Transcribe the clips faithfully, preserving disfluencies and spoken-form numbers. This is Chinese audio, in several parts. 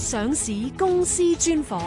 上市公司專訪。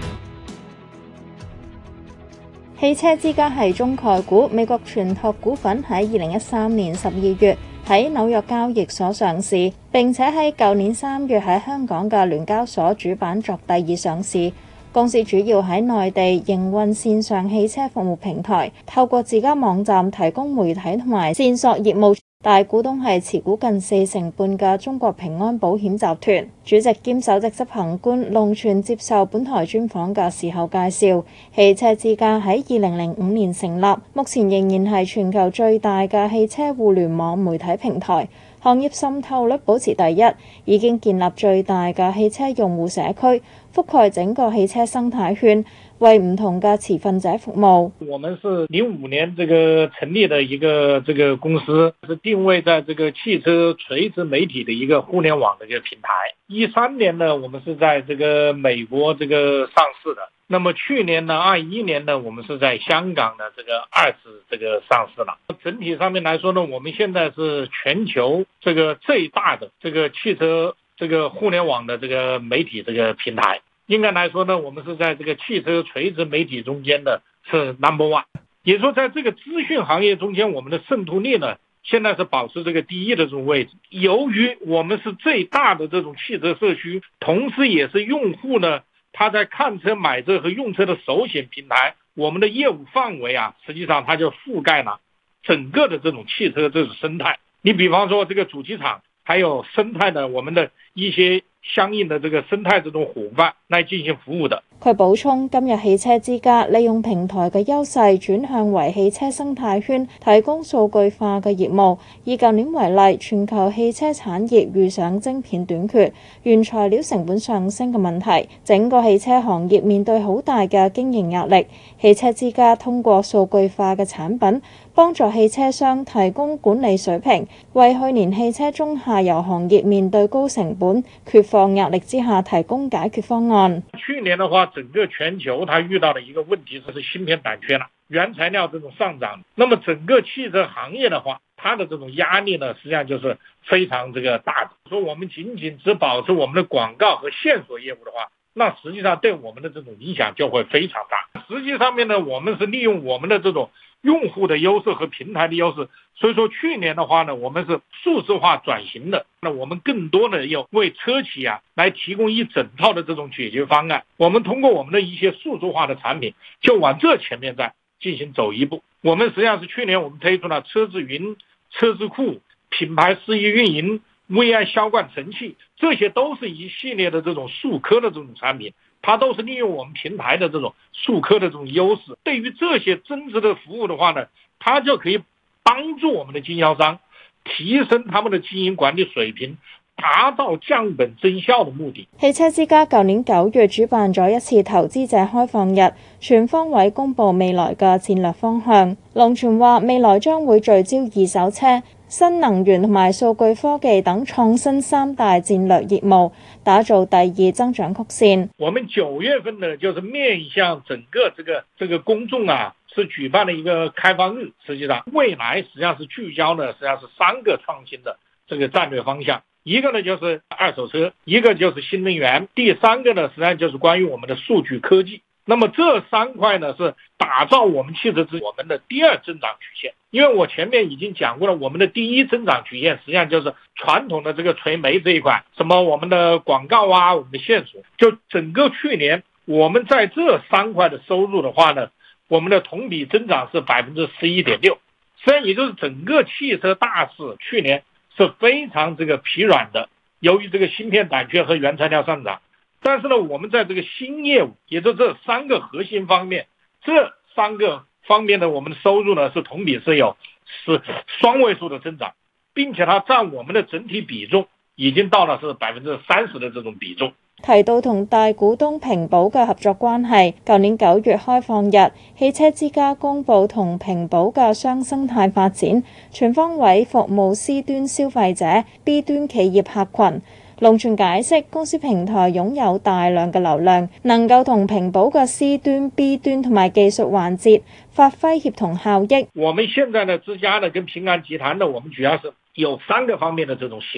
汽車之家係中概股，美國全託股份喺二零一三年十二月喺紐約交易所上市，並且喺舊年三月喺香港嘅聯交所主板作第二上市。公司主要喺內地營運線上汽車服務平台，透過自家網站提供媒體同埋線索業務。大股東係持股近四成半嘅中國平安保險集團。主席兼首席執行官龍泉接受本台專訪嘅時候介紹，汽車之家喺二零零五年成立，目前仍然係全球最大嘅汽車互聯網媒體平台，行業滲透率保持第一，已經建立最大嘅汽車用戶社區，覆蓋整個汽車生態圈，為唔同嘅持份者服務。 我們是零五年這個成立的一個這個公司，是定位在這個汽車垂直媒體的一個互聯網的一個平台。一三年呢，我們是在這個美國這個上市的。那麼去年呢，二一年呢，我們是在香港的這個二次這個上市了。整體上面來說呢，我們現在是全球這個最大的這個汽車這個互聯網的這個媒體這個平台。應該來說呢，我們是在這個汽車垂直媒體中間的是 number one， 也說在這個資訊行業中間，我們的滲透率呢，現在是保持這個第一的這種位置。由於我們是最大的這種汽車社區，同時也是用戶呢，他在看車、買車和用車的首選平台，我們的業務範圍啊，實際上它就覆蓋了整個的這種汽車這種生態。你比方說這個主機廠，還有生態的我們的一些相應的這個生態這種夥伴來進行服務的。 佢補充，今日汽車之家利用平台嘅優勢轉向為汽車生態圈提供數據化嘅業務。以舊年為例，全球汽車產業遇上晶片短缺、原材料成本上升嘅問題，整個汽車行業面對好大嘅經營壓力。汽車之家通過數據化嘅產品，幫助汽車商提供管理水平，為去年汽車中下游行業面對高成本、缺貨壓力之下提供解決方案。 去年的話，整個全球它遇到的一個問題就是芯片短缺了，原材料這種上漲。那麼整個汽車行業的話，它的這種壓力呢，實際上就是非常這個大的。說我們僅僅只保持我們的廣告和線索業務的話，那實際上對我們的這種影響就會非常大。實際上面呢，我們是利用我們的這種用戶的優勢和平台的優勢，所以說去年的話呢，我們是數字化轉型的。那我們更多的要為車企啊來提供一整套的這種解決方案。我們通過我們的一些數字化的產品，就往這前面再進行走一步。我們實際上是去年我們推出了車之雲、車之庫、品牌事業運營、V I 銷冠神器，這些都是一系列的這種數科的這種產品，它都是利用我們平台的這種數科的這種優勢。對於這些增值的服務的話呢，它就可以幫助我們的經銷商提升他們的經營管理水平，達到降本增效的目的。 汽車之家舊年九月主辦咗一次投資者開放日，全方位公布未來嘅戰略方向。龍泉話未來將會聚焦二手車、新能源同埋數據科技等創新三大戰略業務，打造第二增長曲線。 我們九月份呢，就是面向整個這個這個公眾啊，是舉辦了一個開放日。實際上，未來實際上是聚焦呢，實際上是三個創新的這個戰略方向。一個呢就是二手車，一個就是新能源，第三個呢實際上就是關於我們的數據科技。那麼這三塊呢是打造我們汽車之我們的第二增長曲線。因為我前面已經講過了，我們的第一增長曲線實際上就是傳統的這個垂媒這一塊，什麼我們的廣告啊，我們的線索。就整個去年我們在這三塊的收入的話呢，我們的同比增長是百分之十一點六。實際上也就是整個汽車大市去年是非常這個疲軟的，由於這個芯片短缺和原材料上漲。但是呢，我們在這個新業務，也就這三個核心方面，這三個方面呢，我們的收入呢是同比是有是雙位數的增長，並且它佔我們的整體比重已經到了是百分之三十的這種比重。 提到同大股東平保嘅合作關係，舊年九月開放日，汽車之家公佈同平保嘅雙生態發展，全方位服務 C 端消費者、B 端企業客群。龍泉解釋，公司平台擁有大量嘅流量，能夠同平保嘅 C 端、B 端同埋技術環節發揮協同效益。 我們現在呢，之家呢跟平安集團呢，我們主要是有三個方面的這種協同。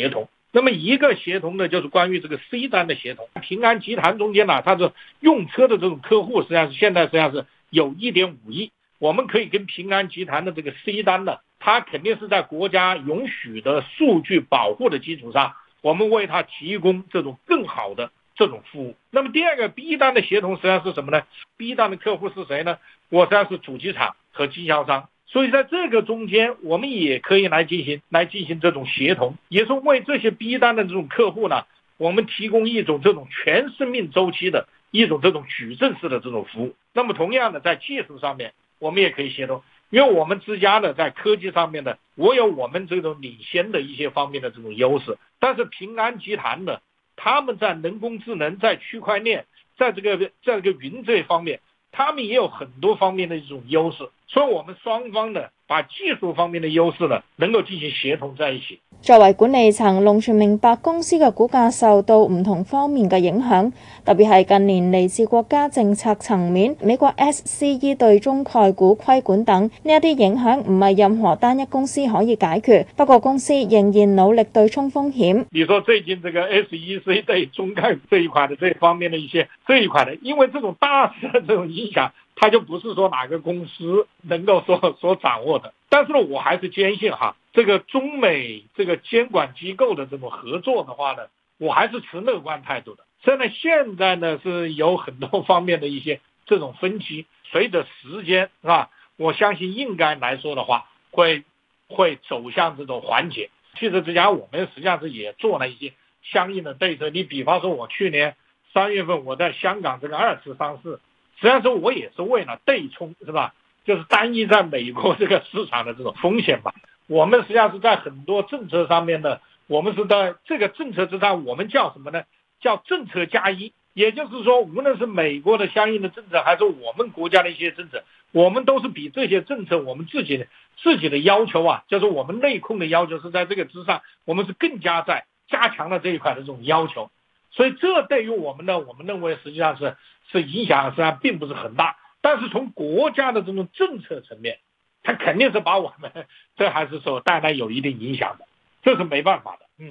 那么一个协同呢，就是关于这个 C 单的协同。平安集团中间呢，它是用车的这种客户，实际上是现在实际上是有 一点五亿。我们可以跟平安集团的这个 C 单呢，它肯定是在国家允许的数据保护的基础上，我们为它提供这种更好的这种服务。那么第二个 B 单的协同实际上是什么呢？ B 单的客户是谁呢？我实际上是主机厂和经销商。所以在这个中间，我们也可以来进行来进行这种协同，也是为这些 B 单的这种客户呢，我们提供一种这种全生命周期的一种这种矩阵式的这种服务。那么同样的，在技术上面，我们也可以协同，因为我们之家呢，在科技上面呢，我有我们这种领先的一些方面的这种优势，但是平安集团呢，他们在人工智能、在区块链、在这个在这个云这一方面，他们也有很多方面的一种优势，所以我们双方呢，把技術方面的優勢呢，能夠進行協同在一起。 作為管理層，龍泉明白公司嘅股價受到唔同方面嘅影響，特別係近年嚟自國家政策層面、美國 S C E 對中概股規管等呢一啲影響，唔係任何單一公司可以解決。不過公司仍然努力對沖風險。 你說最近這個 S E C 對中概股這一塊的這方面的一些這一塊的，因為這種大勢的這種影響，它就不是說哪個公司能夠所所掌握的。但是呢，我還是堅信哈，這個中美這個監管機構的這種合作的話呢，我還是持樂觀態度的。所以呢，現在呢是有很多方面的一些這種分歧，隨着時間是吧，我相信應該來說的話，會會走向這種緩解。汽車之家我們實際上是也做了一些相應的對策。你比方說，我去年三月份我在香港這個二次上市，實際上說我也是為了對沖，是吧？就是單一在美國這個市場的這種風險吧。我們實際上是在很多政策上面的，我們是在這個政策之上，我們叫什麼呢？叫政策加一。也就是說，無論是美國的相應的政策，還是我們國家的一些政策，我們都是比這些政策我們自己的自己的要求啊，就是我們內控的要求是在這個之上，我們是更加在加強了這一塊的這種要求。所以這對於我們呢，我們認為實際上是是影響實際上並不是很大。但是從國家的這種政策層面，它肯定是把我們這還是說帶來有一定影響的，這是沒辦法的。嗯。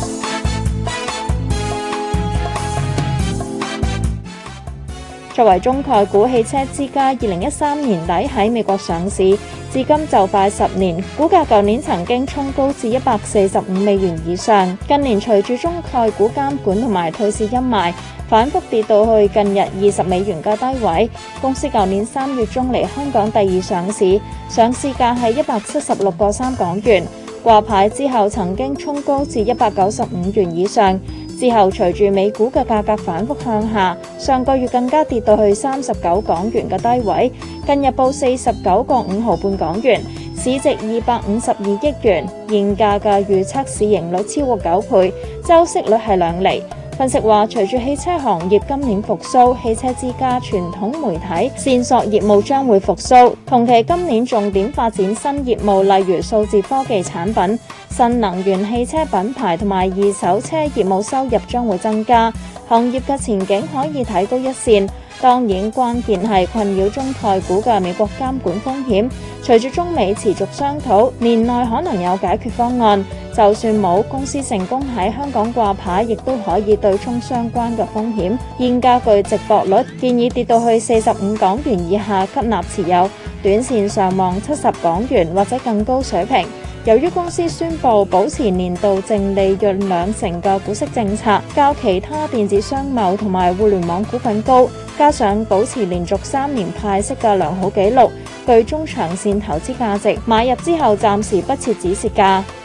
作為中概股汽車之家，二零一三年底喺美國上市，至今就快十年，股價舊年曾經衝高至一百四十五美元以上。近年隨住中概股監管同埋退市陰霾，反覆跌到去近日二十美元嘅低位。公司舊年三月中嚟香港第二上市，上市價係一百七十六個三港元，掛牌之後曾經衝高至一百九十五元以上。之後隨住美股嘅價格反覆向下，上個月更加跌到去三十九港元嘅低位，近日報四十九個五毫半港元，市值二百五十二億元，現價嘅預測市盈率超過九倍，周息率係兩厘。分析話，隨住汽車行業今年復甦，汽車之家傳統媒體線索業務將會復甦，同期今年重點發展新業務，例如數字科技產品、新能源汽車品牌同埋二手車業務收入將會增加，行業嘅前景可以睇高一線。當然，關鍵係困擾中概股嘅美國監管風險。隨住中美持續商討，年內可能有解決方案。就算冇，公司成功喺香港掛牌，亦都可以對沖相關嘅風險。現價具值博率，建議跌到去四十五港元以下吸納持有，短線上望七十港元或者更高水平。由於公司宣布保持年度淨利潤兩成嘅股息政策，較其他電子商貿同埋互聯網股份高，加上保持連續三年派息嘅良好紀錄，具中長線投資價值。買入之後暫時不設止蝕價。